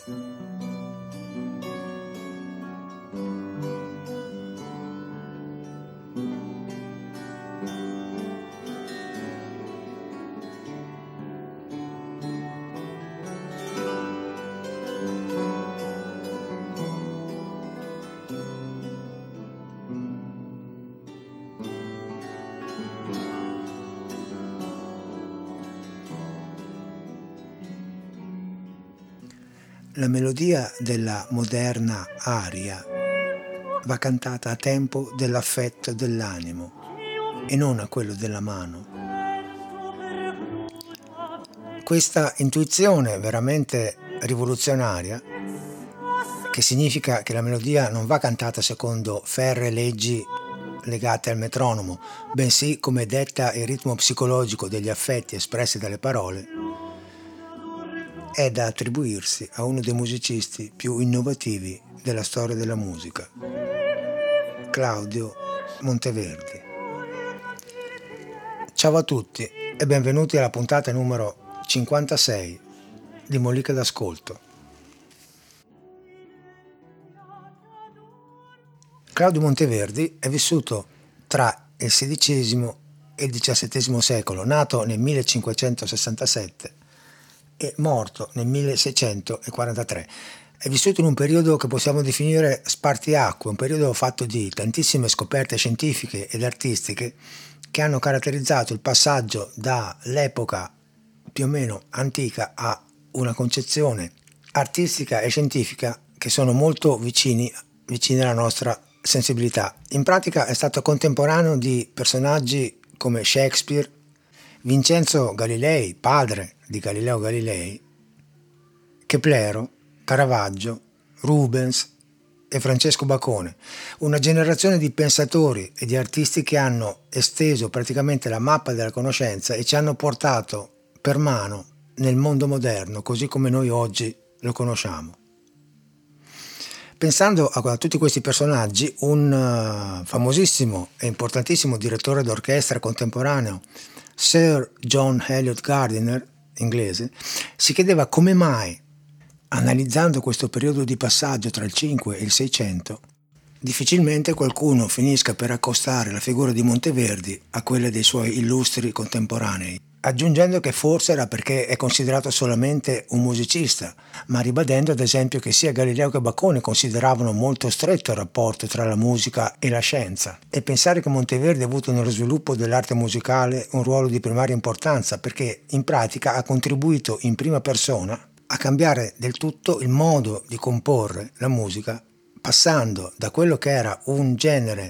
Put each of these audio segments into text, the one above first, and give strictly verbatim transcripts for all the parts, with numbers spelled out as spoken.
La melodia della moderna aria va cantata a tempo dell'affetto dell'animo e non a quello della mano. Questa intuizione veramente rivoluzionaria, che significa che la melodia non va cantata secondo ferree leggi legate al metronomo, bensì come detta il ritmo psicologico degli affetti espressi dalle parole, è da attribuirsi a uno dei musicisti più innovativi della storia della musica, Claudio Monteverdi. Ciao a tutti e benvenuti alla puntata numero cinquantasei di Molliche d'Ascolto. Claudio Monteverdi è vissuto tra il sedicesimo e il diciassettesimo secolo, nato nel millecinquecentosessantasette e morto nel milleseicentoquarantatré. È vissuto in un periodo che possiamo definire spartiacque, un periodo fatto di tantissime scoperte scientifiche ed artistiche che hanno caratterizzato il passaggio dall'epoca più o meno antica a una concezione artistica e scientifica che sono molto vicini, vicini alla nostra sensibilità. In pratica è stato contemporaneo di personaggi come Shakespeare, Vincenzo Galilei, padre di Galileo Galilei, Keplero, Caravaggio, Rubens e Francesco Bacone, una generazione di pensatori e di artisti che hanno esteso praticamente la mappa della conoscenza e ci hanno portato per mano nel mondo moderno, così come noi oggi lo conosciamo. Pensando a tutti questi personaggi, un uh, famosissimo e importantissimo direttore d'orchestra contemporaneo, Sir John Eliot Gardiner, inglese, si chiedeva come mai, analizzando questo periodo di passaggio tra il cinque e il seicento, difficilmente qualcuno finisca per accostare la figura di Monteverdi a quella dei suoi illustri contemporanei, aggiungendo che forse era perché è considerato solamente un musicista, ma ribadendo ad esempio che sia Galileo che Bacone consideravano molto stretto il rapporto tra la musica e la scienza, e pensare che Monteverdi ha avuto nello sviluppo dell'arte musicale un ruolo di primaria importanza perché in pratica ha contribuito in prima persona a cambiare del tutto il modo di comporre la musica, passando da quello che era un genere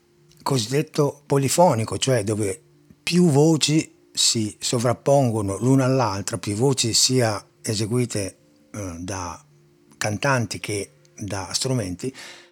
cosiddetto polifonico, cioè dove più voci si sovrappongono l'una all'altra, più voci sia eseguite eh, da cantanti che da strumenti,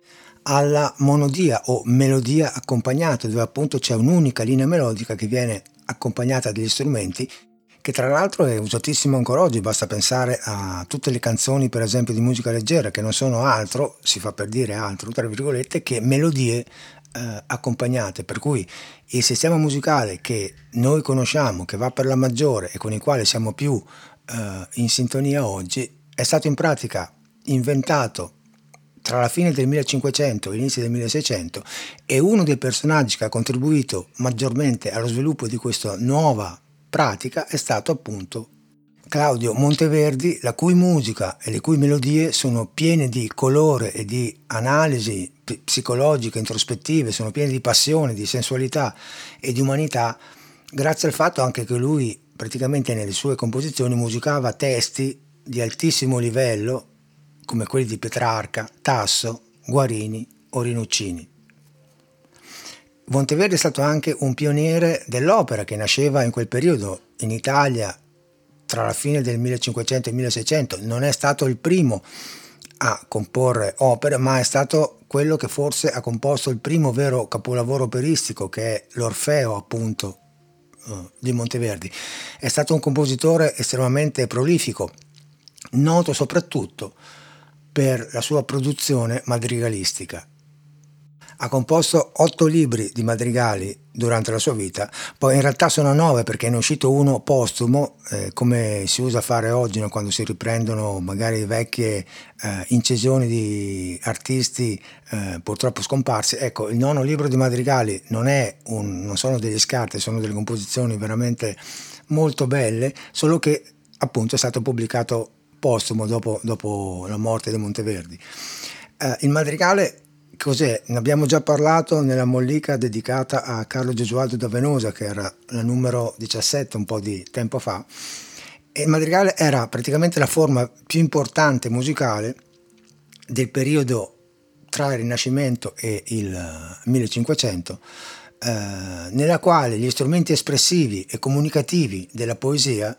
alla monodia o melodia accompagnata, dove appunto c'è un'unica linea melodica che viene accompagnata dagli strumenti, che tra l'altro è usatissimo ancora oggi. Basta pensare a tutte le canzoni, per esempio, di musica leggera, che non sono altro, si fa per dire altro, tra virgolette, che melodie eh, accompagnate, per cui il sistema musicale che noi conosciamo, che va per la maggiore e con il quale siamo più eh, in sintonia oggi, è stato in pratica inventato tra la fine del millecinquecento e l'inizio del milleseicento, e uno dei personaggi che ha contribuito maggiormente allo sviluppo di questa nuova pratica è stato appunto Claudio Monteverdi, la cui musica e le cui melodie sono piene di colore e di analisi psicologiche, introspettive, sono piene di passione, di sensualità e di umanità, grazie al fatto anche che lui praticamente nelle sue composizioni musicava testi di altissimo livello come quelli di Petrarca, Tasso, Guarini o Rinuccini. Monteverdi è stato anche un pioniere dell'opera che nasceva in quel periodo in Italia tra la fine del millecinquecento e il milleseicento. Non è stato il primo a comporre opere, ma è stato quello che forse ha composto il primo vero capolavoro operistico, che è l'Orfeo appunto uh, di Monteverdi. È stato un compositore estremamente prolifico, noto soprattutto per la sua produzione madrigalistica. Ha composto otto libri di madrigali durante la sua vita, poi in realtà sono nove perché ne è uscito uno postumo, eh, come si usa fare oggi, no? Quando si riprendono magari vecchie eh, incisioni di artisti eh, purtroppo scomparsi. Ecco, il nono libro di madrigali non, è un, non sono degli scarti, sono delle composizioni veramente molto belle, solo che appunto è stato pubblicato postumo dopo, dopo la morte di Monteverdi. Eh, il madrigale cos'è? Ne abbiamo già parlato nella mollica dedicata a Carlo Gesualdo da Venosa, che era la numero diciassette un po' di tempo fa. E il madrigale era praticamente la forma più importante musicale del periodo tra il Rinascimento e il millecinquecento, eh, nella quale gli strumenti espressivi e comunicativi della poesia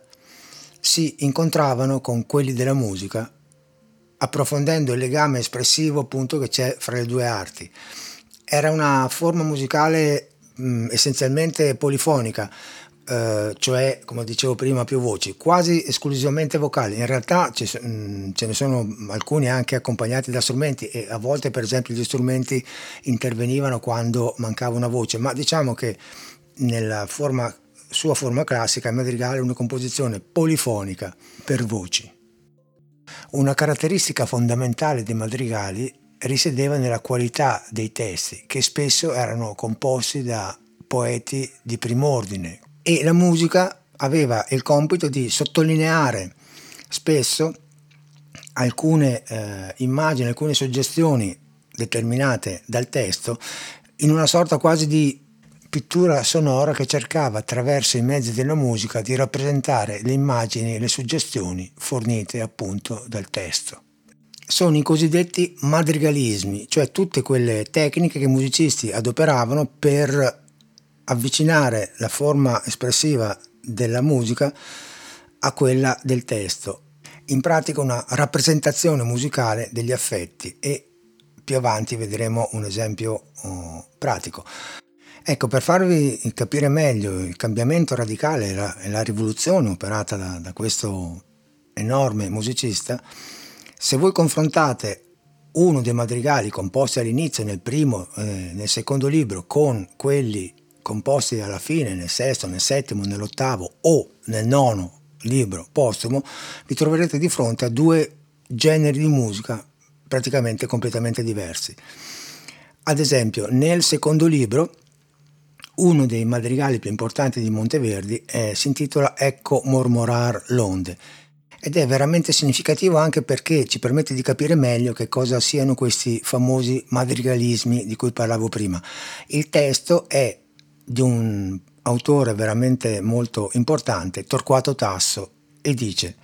si incontravano con quelli della musica, approfondendo il legame espressivo appunto che c'è fra le due arti. Era una forma musicale mh, essenzialmente polifonica, eh, cioè come dicevo prima più voci, quasi esclusivamente vocali. In realtà ci, mh, ce ne sono alcuni anche accompagnati da strumenti, e a volte per esempio gli strumenti intervenivano quando mancava una voce, ma diciamo che nella forma, sua forma classica il madrigale è una composizione polifonica per voci. Una caratteristica fondamentale dei madrigali risiedeva nella qualità dei testi, che spesso erano composti da poeti di prim'ordine, e la musica aveva il compito di sottolineare spesso alcune eh, immagini, alcune suggestioni determinate dal testo, in una sorta quasi di pittura sonora che cercava attraverso i mezzi della musica di rappresentare le immagini e le suggestioni fornite appunto dal testo. Sono i cosiddetti madrigalismi, cioè tutte quelle tecniche che i musicisti adoperavano per avvicinare la forma espressiva della musica a quella del testo. In pratica una rappresentazione musicale degli affetti, e più avanti vedremo un esempio oh, pratico. Ecco, per farvi capire meglio il cambiamento radicale e la, e la rivoluzione operata da, da questo enorme musicista, se voi confrontate uno dei madrigali composti all'inizio, nel primo, eh, nel secondo libro, con quelli composti alla fine, nel sesto, nel settimo, nell'ottavo o nel nono libro postumo, vi troverete di fronte a due generi di musica praticamente completamente diversi. Ad esempio, nel secondo libro, uno dei madrigali più importanti di Monteverdi eh, si intitola Ecco mormorar l'onde, ed è veramente significativo anche perché ci permette di capire meglio che cosa siano questi famosi madrigalismi di cui parlavo prima. Il testo è di un autore veramente molto importante, Torquato Tasso, e dice: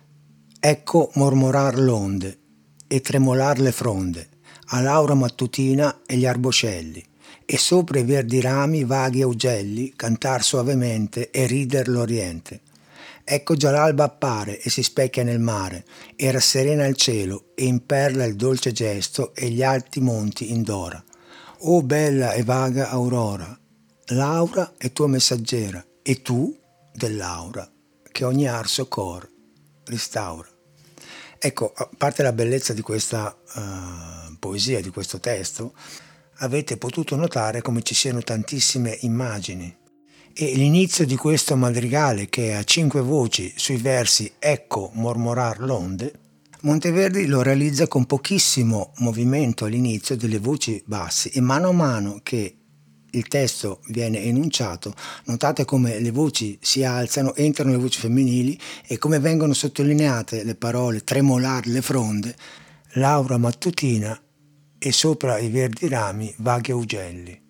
ecco mormorar l'onde e tremolar le fronde, a l'aura mattutina e gli arboscelli, e sopra i verdi rami vaghi augelli cantar soavemente e rider l'oriente. Ecco già l'alba appare e si specchia nel mare, e rasserena il cielo, e imperla il dolce gesto e gli alti monti indora. O bella e vaga aurora, l'aura è tua messaggera, e tu dell'aura, che ogni arso cor restaura. Ecco, a parte la bellezza di questa uh, poesia, di questo testo, avete potuto notare come ci siano tantissime immagini, e l'inizio di questo madrigale, che è a cinque voci sui versi Ecco mormorar l'onde, Monteverdi lo realizza con pochissimo movimento all'inizio delle voci basse, e mano a mano che il testo viene enunciato, notate come le voci si alzano, entrano le voci femminili, e come vengono sottolineate le parole tremolar le fronde, l'aura mattutina e sopra i verdi rami vaghi augelli.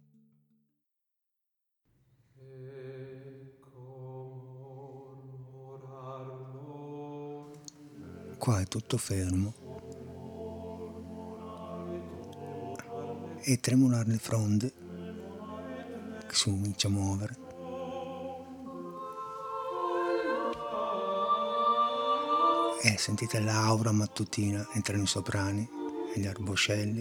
Qua è tutto fermo e tremolar le fronde che si comincia a muovere. E sentite l'aura mattutina, entrano i soprani e gli arboscelli.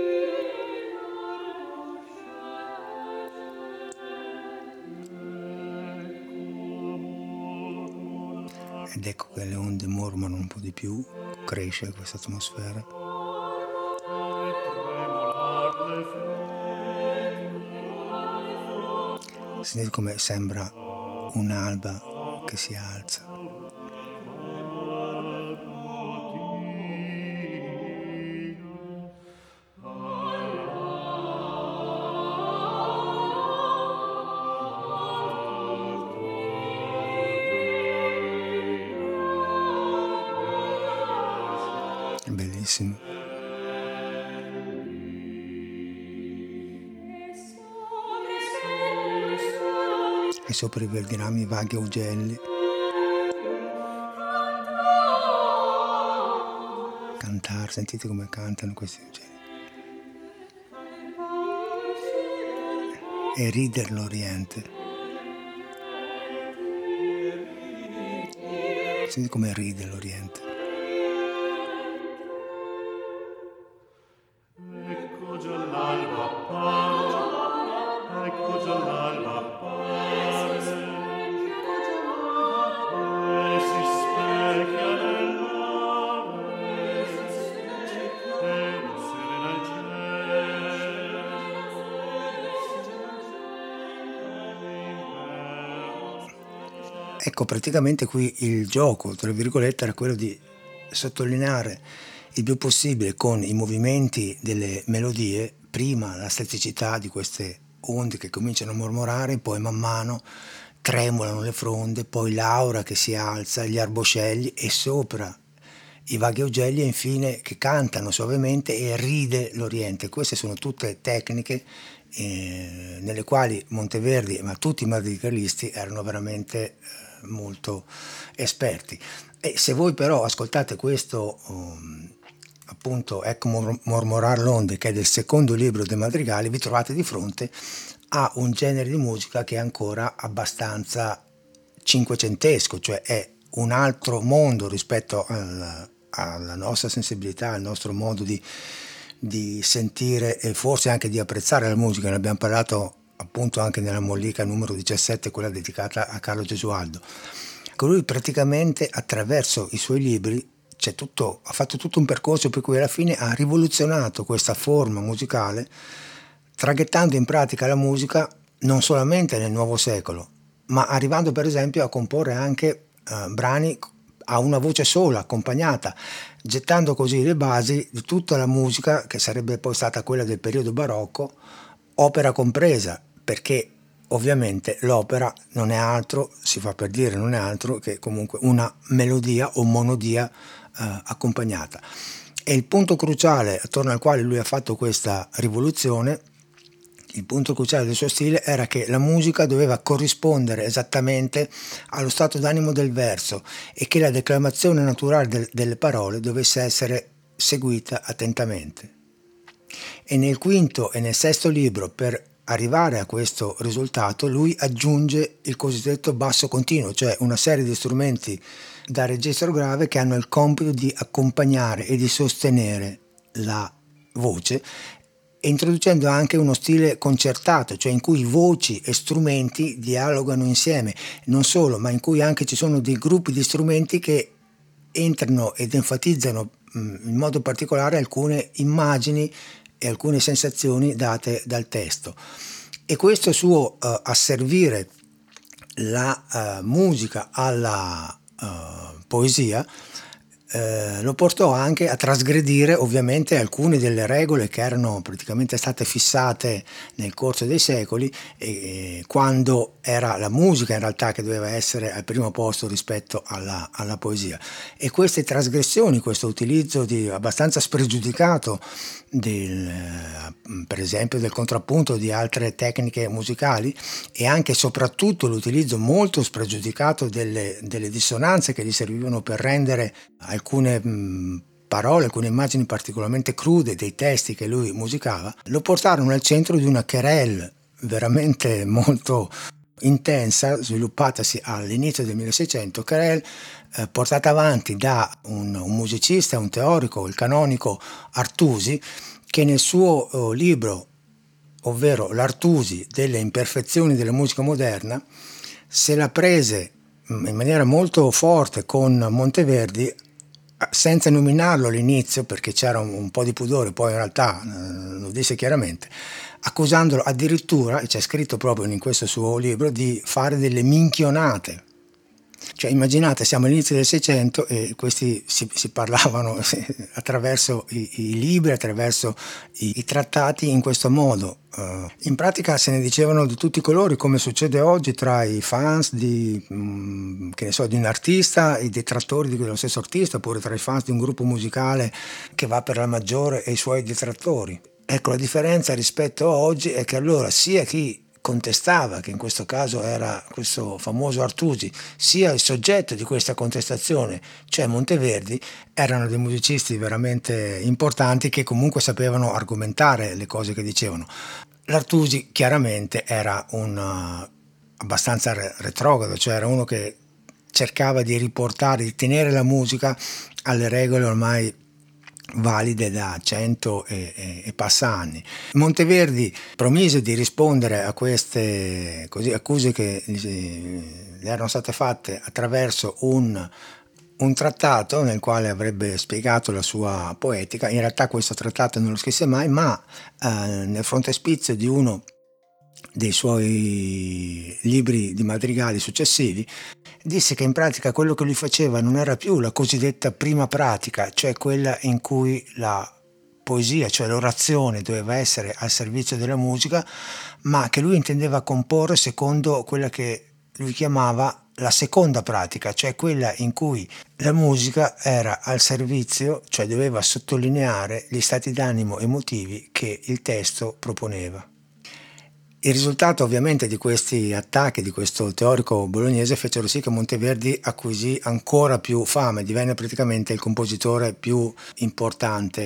Ed ecco che le onde mormorano un po' di più, cresce questa atmosfera. Sentite come sembra un'alba che si alza. È bellissimo. E sopra i verdi rami vaghi ugelli. Cantare, sentite come cantano questi ugelli. E ride l'Oriente. Sentite come ride l'Oriente. Ecco già l'alba appare, ecco già l'alba appare, e si specchia nel mare, e la serena il cielo. Ecco, praticamente qui il gioco, tra virgolette, era quello di sottolineare il più possibile con i movimenti delle melodie, prima la staticità di queste onde che cominciano a mormorare, poi man mano tremolano le fronde, poi l'aura che si alza, gli arboscelli e sopra i vaghi ugelli e infine che cantano suavemente e ride l'Oriente. Queste sono tutte tecniche eh, nelle quali Monteverdi, ma tutti i madrigalisti erano veramente eh, molto esperti. E se voi però ascoltate questo um, appunto Ecco mormorar l'onde, che è del secondo libro dei madrigali, vi trovate di fronte a un genere di musica che è ancora abbastanza cinquecentesco, cioè è un altro mondo rispetto al, alla nostra sensibilità, al nostro modo di, di sentire e forse anche di apprezzare la musica. Ne abbiamo parlato appunto anche nella mollica numero diciassette, quella dedicata a Carlo Gesualdo. Lui praticamente attraverso i suoi libri c'è tutto, ha fatto tutto un percorso per cui alla fine ha rivoluzionato questa forma musicale, traghettando in pratica la musica non solamente nel nuovo secolo, ma arrivando per esempio a comporre anche eh, brani a una voce sola, accompagnata, gettando così le basi di tutta la musica che sarebbe poi stata quella del periodo barocco, opera compresa, perché ovviamente l'opera non è altro, si fa per dire, non è altro che comunque una melodia o monodia eh, accompagnata. E il punto cruciale attorno al quale lui ha fatto questa rivoluzione, il punto cruciale del suo stile era che la musica doveva corrispondere esattamente allo stato d'animo del verso e che la declamazione naturale del, delle parole dovesse essere seguita attentamente. E nel quinto e nel sesto libro, per arrivare a questo risultato, lui aggiunge il cosiddetto basso continuo, cioè una serie di strumenti da registro grave che hanno il compito di accompagnare e di sostenere la voce, introducendo anche uno stile concertato, cioè in cui voci e strumenti dialogano insieme, non solo, ma in cui anche ci sono dei gruppi di strumenti che entrano ed enfatizzano in modo particolare alcune immagini e alcune sensazioni date dal testo. E questo suo uh, asservire la uh, musica alla uh, poesia eh, lo portò anche a trasgredire ovviamente alcune delle regole che erano praticamente state fissate nel corso dei secoli, e, quando era la musica in realtà che doveva essere al primo posto rispetto alla, alla poesia. E queste trasgressioni, questo utilizzo di, abbastanza spregiudicato del, per esempio del contrappunto, di altre tecniche musicali, e anche e soprattutto l'utilizzo molto spregiudicato delle, delle dissonanze che gli servivano per rendere alcune mh, parole, alcune immagini particolarmente crude dei testi che lui musicava, lo portarono al centro di una querelle veramente molto intensa, sviluppatasi all'inizio del milleseicento, querelle eh, portata avanti da un, un musicista, un teorico, il canonico Artusi, che nel suo eh, libro, ovvero l'Artusi delle imperfezioni della musica moderna, se la prese in maniera molto forte con Monteverdi, senza nominarlo all'inizio perché c'era un, un po' di pudore, poi in realtà eh, lo disse chiaramente, accusandolo addirittura, e c'è scritto proprio in questo suo libro, di fare delle minchionate. Cioè immaginate, siamo all'inizio del Seicento e questi si, si parlavano attraverso i, i libri, attraverso i, i trattati in questo modo. Uh, in pratica se ne dicevano di tutti i colori, come succede oggi tra i fans di, mh, che ne so, di un artista, i detrattori di quello stesso artista, oppure tra i fans di un gruppo musicale che va per la maggiore e i suoi detrattori. Ecco, la differenza rispetto a oggi è che allora sia chi contestava, che in questo caso era questo famoso Artusi, sia il soggetto di questa contestazione, cioè Monteverdi, erano dei musicisti veramente importanti che comunque sapevano argomentare le cose che dicevano. L'Artusi chiaramente era un uh, abbastanza re- retrogrado, cioè era uno che cercava di riportare, di tenere la musica alle regole ormai valide da cento e, e, e passa anni. Monteverdi promise di rispondere a queste così, accuse che gli erano state fatte attraverso un, un trattato nel quale avrebbe spiegato la sua poetica. In realtà questo trattato non lo scrisse mai, ma eh, nel frontespizio di uno dei suoi libri di madrigali successivi disse che in pratica quello che lui faceva non era più la cosiddetta prima pratica, cioè quella in cui la poesia, cioè l'orazione, doveva essere al servizio della musica, ma che lui intendeva comporre secondo quella che lui chiamava la seconda pratica, cioè quella in cui la musica era al servizio, cioè doveva sottolineare gli stati d'animo emotivi che il testo proponeva. Il risultato ovviamente di questi attacchi di questo teorico bolognese fecero sì che Monteverdi acquisì ancora più fame, divenne praticamente il compositore più importante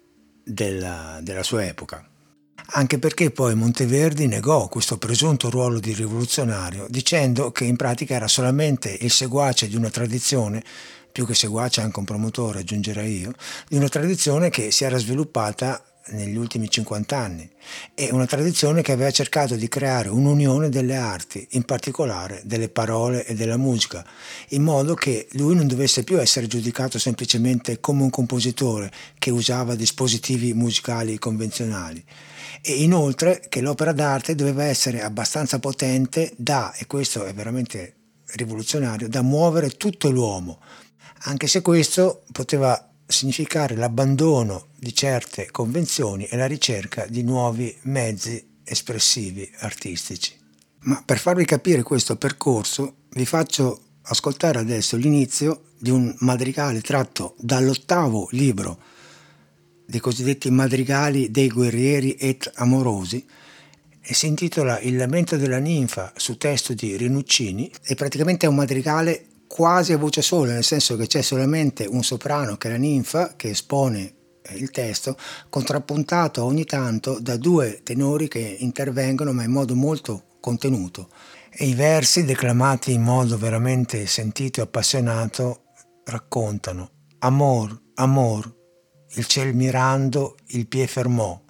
della, della sua epoca. Anche perché poi Monteverdi negò questo presunto ruolo di rivoluzionario dicendo che in pratica era solamente il seguace di una tradizione, più che seguace anche un promotore aggiungerei io, di una tradizione che si era sviluppata negli ultimi cinquanta anni e una tradizione che aveva cercato di creare un'unione delle arti, in particolare delle parole e della musica, in modo che lui non dovesse più essere giudicato semplicemente come un compositore che usava dispositivi musicali convenzionali e inoltre che l'opera d'arte doveva essere abbastanza potente da, e questo è veramente rivoluzionario, da muovere tutto l'uomo, anche se questo poteva significare l'abbandono di certe convenzioni e la ricerca di nuovi mezzi espressivi artistici. Ma per farvi capire questo percorso vi faccio ascoltare adesso l'inizio di un madrigale tratto dall'ottavo libro dei cosiddetti madrigali dei guerrieri et amorosi e si intitola Il lamento della ninfa su testo di Rinuccini e praticamente è un madrigale quasi a voce sola, nel senso che c'è solamente un soprano che è la ninfa che espone il testo, contrappuntato ogni tanto da due tenori che intervengono ma in modo molto contenuto e i versi declamati in modo veramente sentito e appassionato raccontano: amor, amor, il ciel mirando il pie fermò,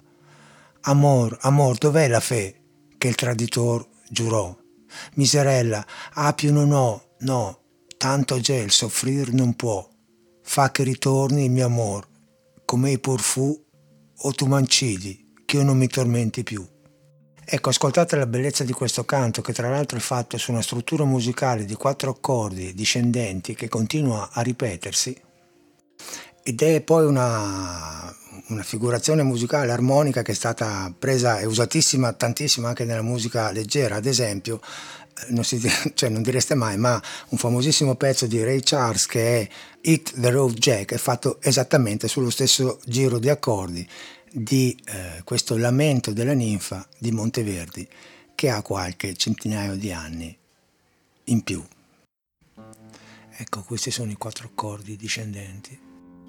amor, amor, dov'è la fe che il traditor giurò, miserella, ah più non ho, no, tanto gel soffrir non può, fa che ritorni il mio amor, come pur fu, o tu mancidi, che io non mi tormenti più. Ecco, ascoltate la bellezza di questo canto, che tra l'altro è fatto su una struttura musicale di quattro accordi discendenti che continua a ripetersi, ed è poi una, una figurazione musicale armonica che è stata presa e usatissima tantissimo anche nella musica leggera. Ad esempio, non, si, cioè non direste mai, ma un famosissimo pezzo di Ray Charles che è Hit the Road Jack è fatto esattamente sullo stesso giro di accordi di eh, questo lamento della ninfa di Monteverdi, che ha qualche centinaio di anni in più. Ecco, questi sono i quattro accordi discendenti.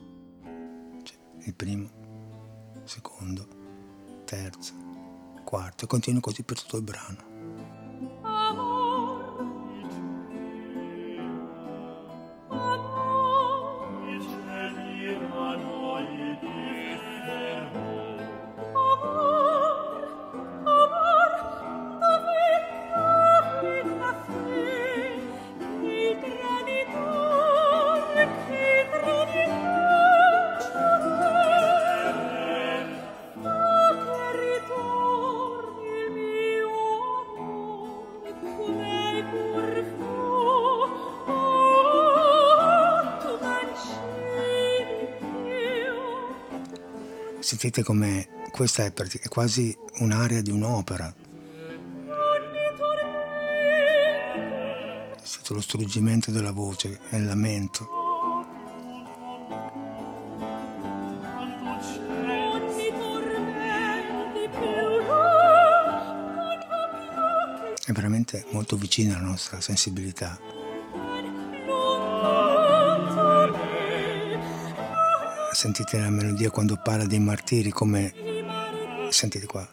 Il primo, secondo, terzo, quarto e continua così per tutto il brano. Sentite come questa è, è quasi un'area di un'opera. Sentite lo struggimento della voce e il lamento. È veramente molto vicina alla nostra sensibilità. Sentite la melodia quando parla dei martiri, come sentite qua.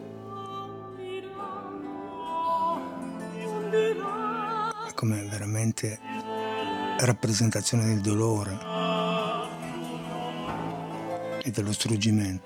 È come veramente rappresentazione del dolore e dello struggimento.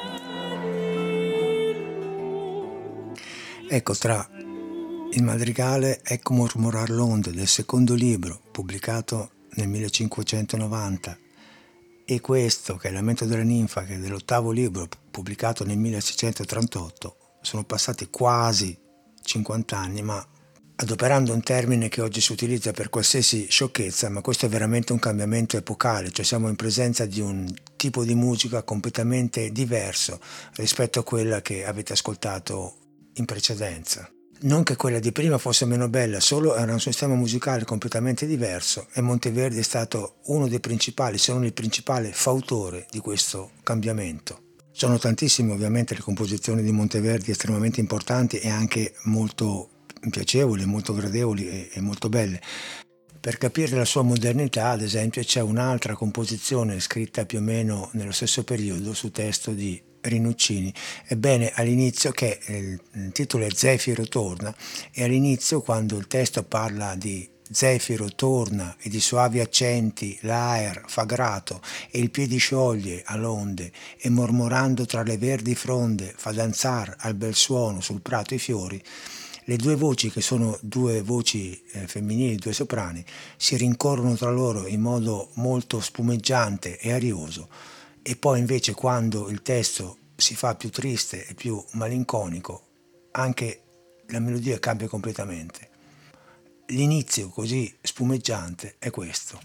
Ecco, tra il madrigale Ecco mormorar l'onde del secondo libro, pubblicato nel millecinquecentonovanta, e questo, che è il Lamento della ninfa, che è dell'ottavo libro, pubblicato nel milleseicentotrentotto, sono passati quasi cinquanta anni, ma adoperando un termine che oggi si utilizza per qualsiasi sciocchezza, ma questo è veramente un cambiamento epocale, cioè siamo in presenza di un tipo di musica completamente diverso rispetto a quella che avete ascoltato in precedenza. Non che quella di prima fosse meno bella, solo era un sistema musicale completamente diverso e Monteverdi è stato uno dei principali, se non il principale fautore di questo cambiamento. Sono tantissime ovviamente le composizioni di Monteverdi estremamente importanti e anche molto piacevoli, molto gradevoli e, e molto belle. Per capire la sua modernità, ad esempio, c'è un'altra composizione scritta più o meno nello stesso periodo su testo di Rinuccini. Ebbene, all'inizio, che il, il titolo è Zefiro torna, e all'inizio, quando il testo parla di Zefiro torna e di soavi accenti l'aer fa grato e il piedi scioglie all'onde e mormorando tra le verdi fronde fa danzar al bel suono sul prato i fiori, le due voci, che sono due voci eh, femminili, due soprani, si rincorrono tra loro in modo molto spumeggiante e arioso. E poi invece, quando il testo si fa più triste e più malinconico, anche la melodia cambia completamente. L'inizio così spumeggiante è questo.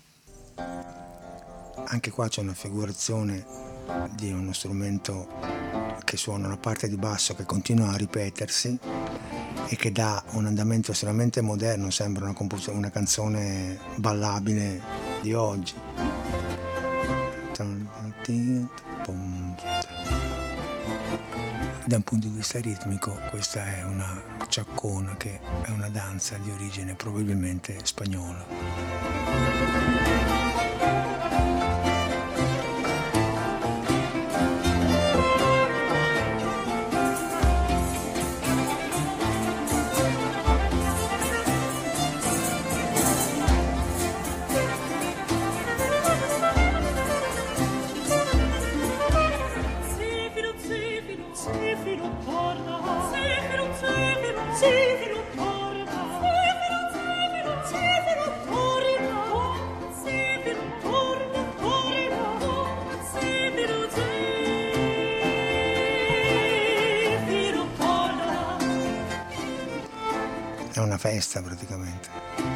Anche qua c'è una figurazione di uno strumento che suona una parte di basso che continua a ripetersi e che dà un andamento estremamente moderno, sembra una, compos- una canzone ballabile di oggi. Da un punto di vista ritmico, questa è una ciaccona, che è una danza di origine probabilmente spagnola. È una festa praticamente.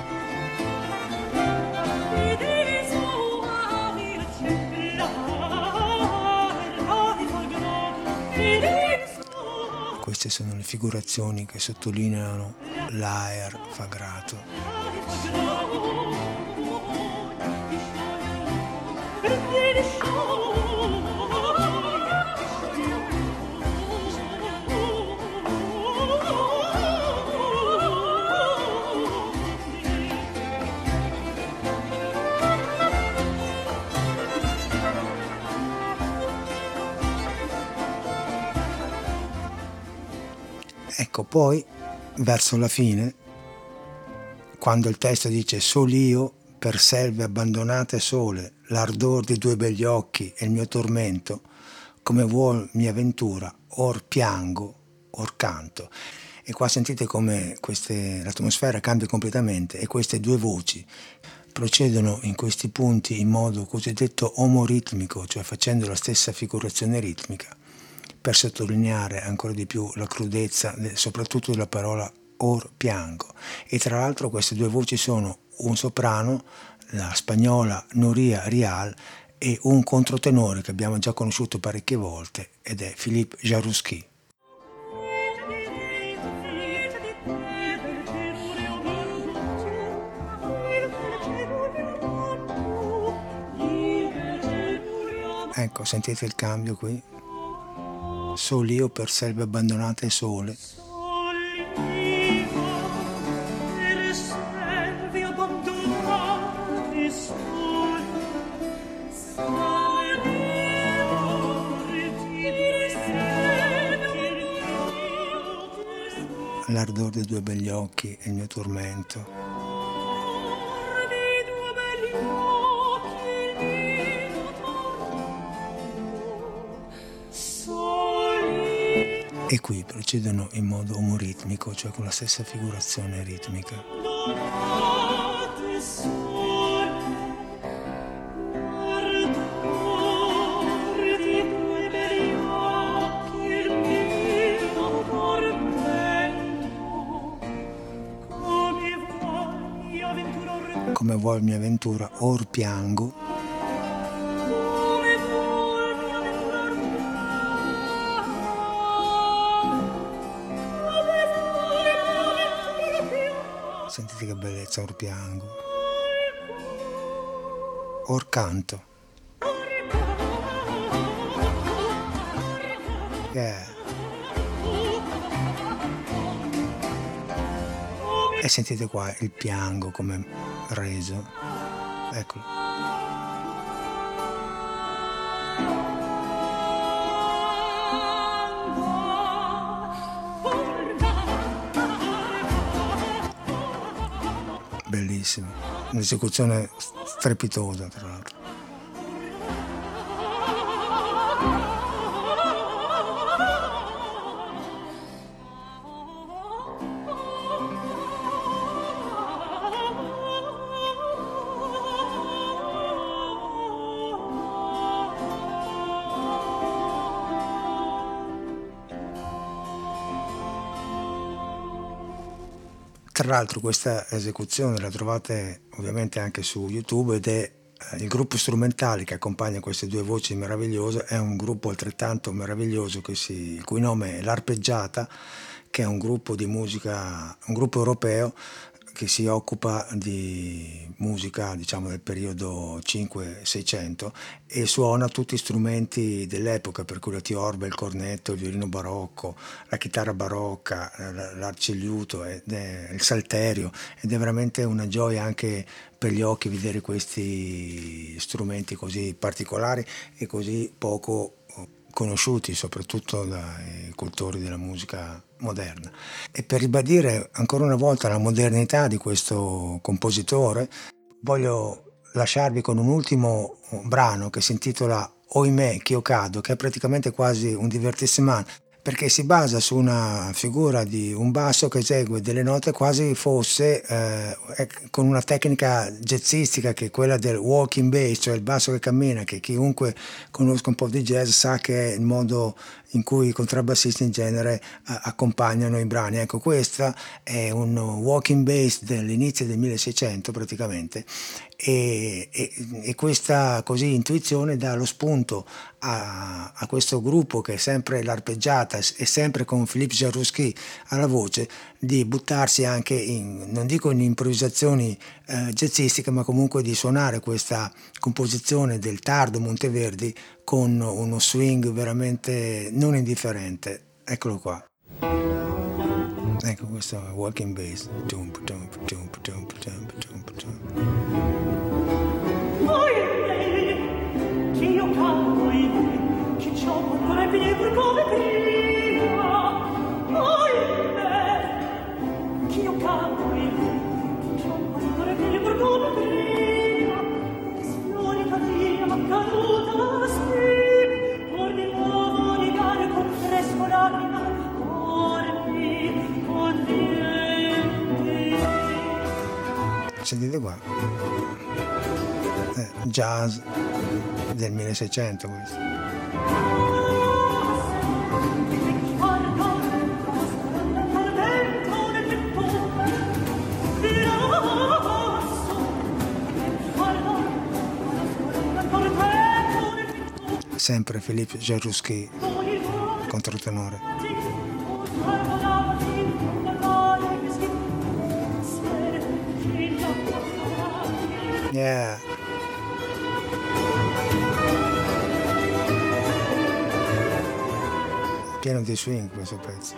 Queste sono le figurazioni che sottolineano l'aer fa grato. Ecco, poi verso la fine, quando il testo dice sol io per selve abbandonate sole, l'ardor di due begli occhi e il mio tormento, come vuol mia ventura, or piango, or canto. E qua sentite come queste, l'atmosfera cambia completamente e queste due voci procedono in questi punti in modo cosiddetto omoritmico, cioè facendo la stessa figurazione ritmica, per sottolineare ancora di più la crudezza, soprattutto della parola or piango. E tra l'altro queste due voci sono un soprano, la spagnola Nuria Rial, e un controtenore che abbiamo già conosciuto parecchie volte ed è Philippe Jaroussky. Ecco, sentite il cambio qui. Sol io per selve abbandonate e sole. L'ardor dei due begli occhi e il mio tormento. E qui procedono in modo omoritmico, cioè con la stessa figurazione ritmica. Come vuol mia ventura, or piango. Sentite che bellezza, or piango. Or canto. Yeah. E sentite qua il piango come reso. Eccolo. Bellissimo, un'esecuzione strepitosa tra l'altro. Tra l'altro questa esecuzione la trovate ovviamente anche su YouTube ed è eh, il gruppo strumentale che accompagna queste due voci meravigliose, è un gruppo altrettanto meraviglioso che si, il cui nome è L'Arpeggiata, che è un gruppo di musica, un gruppo europeo che si occupa di musica, diciamo, del periodo cinque seicento e suona tutti gli strumenti dell'epoca, per cui la tiorba, il cornetto, il violino barocco, la chitarra barocca, l'arciliuto, il salterio, ed è veramente una gioia anche per gli occhi vedere questi strumenti così particolari e così poco conosciuti soprattutto dai cultori della musica moderna. E per ribadire ancora una volta la modernità di questo compositore, voglio lasciarvi con un ultimo brano che si intitola Oimè che io cado, che è praticamente quasi un divertissement, perché si basa su una figura di un basso che esegue delle note quasi fosse eh, con una tecnica jazzistica che è quella del walking bass, cioè il basso che cammina, che chiunque conosca un po' di jazz sa che è il modo in cui i contrabbassisti in genere eh, accompagnano i brani. Ecco, questa è un walking bass dell'inizio del milleseicento praticamente, e, e, e questa così intuizione dà lo spunto a, a questo gruppo che è sempre l'Arpeggiata e sempre con Philippe Jaroussky alla voce, di buttarsi anche in, non dico in improvvisazioni eh, jazzistiche, ma comunque di suonare questa composizione del tardo Monteverdi con uno swing veramente non indifferente. Eccolo qua. Ecco, questo è walking bass. Jump, jump, jump, jump, jump, jump, jump. Che io cado in me, che ciò non più come prima. Oimè, che io cado in me, che ciò non più come prima. Sfiorita via, caduta sì, por di nuovo rigare con fresco lacrima, corpi, con dienti. Sentite qua. Eh, jazz del milleseicento questo. Guarda, sempre Philippe Jarouski, controtenore. Yeah. Pieno di swing questo pezzo.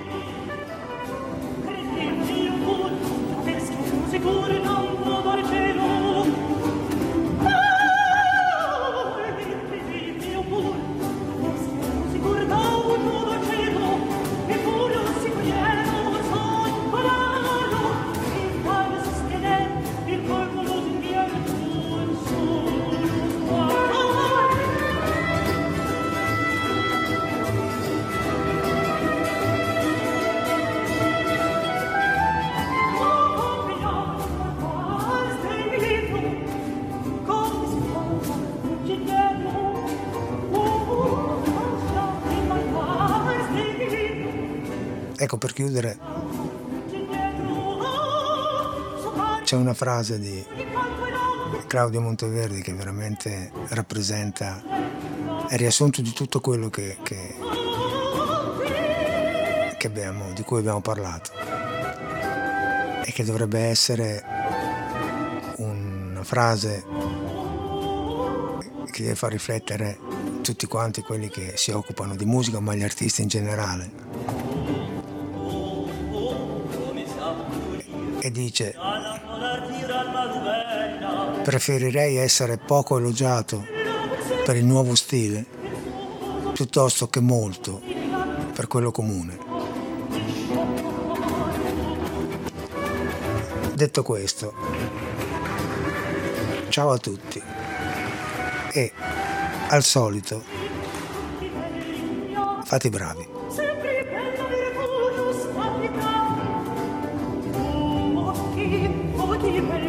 Ecco, per chiudere c'è una frase di Claudio Monteverdi che veramente rappresenta il riassunto di tutto quello che, che, che abbiamo, di cui abbiamo parlato, e che dovrebbe essere una frase che deve far riflettere tutti quanti quelli che si occupano di musica, ma gli artisti in generale. E dice: preferirei essere poco elogiato per il nuovo stile piuttosto che molto per quello comune. Detto questo, ciao a tutti e al solito fate i bravi. Keep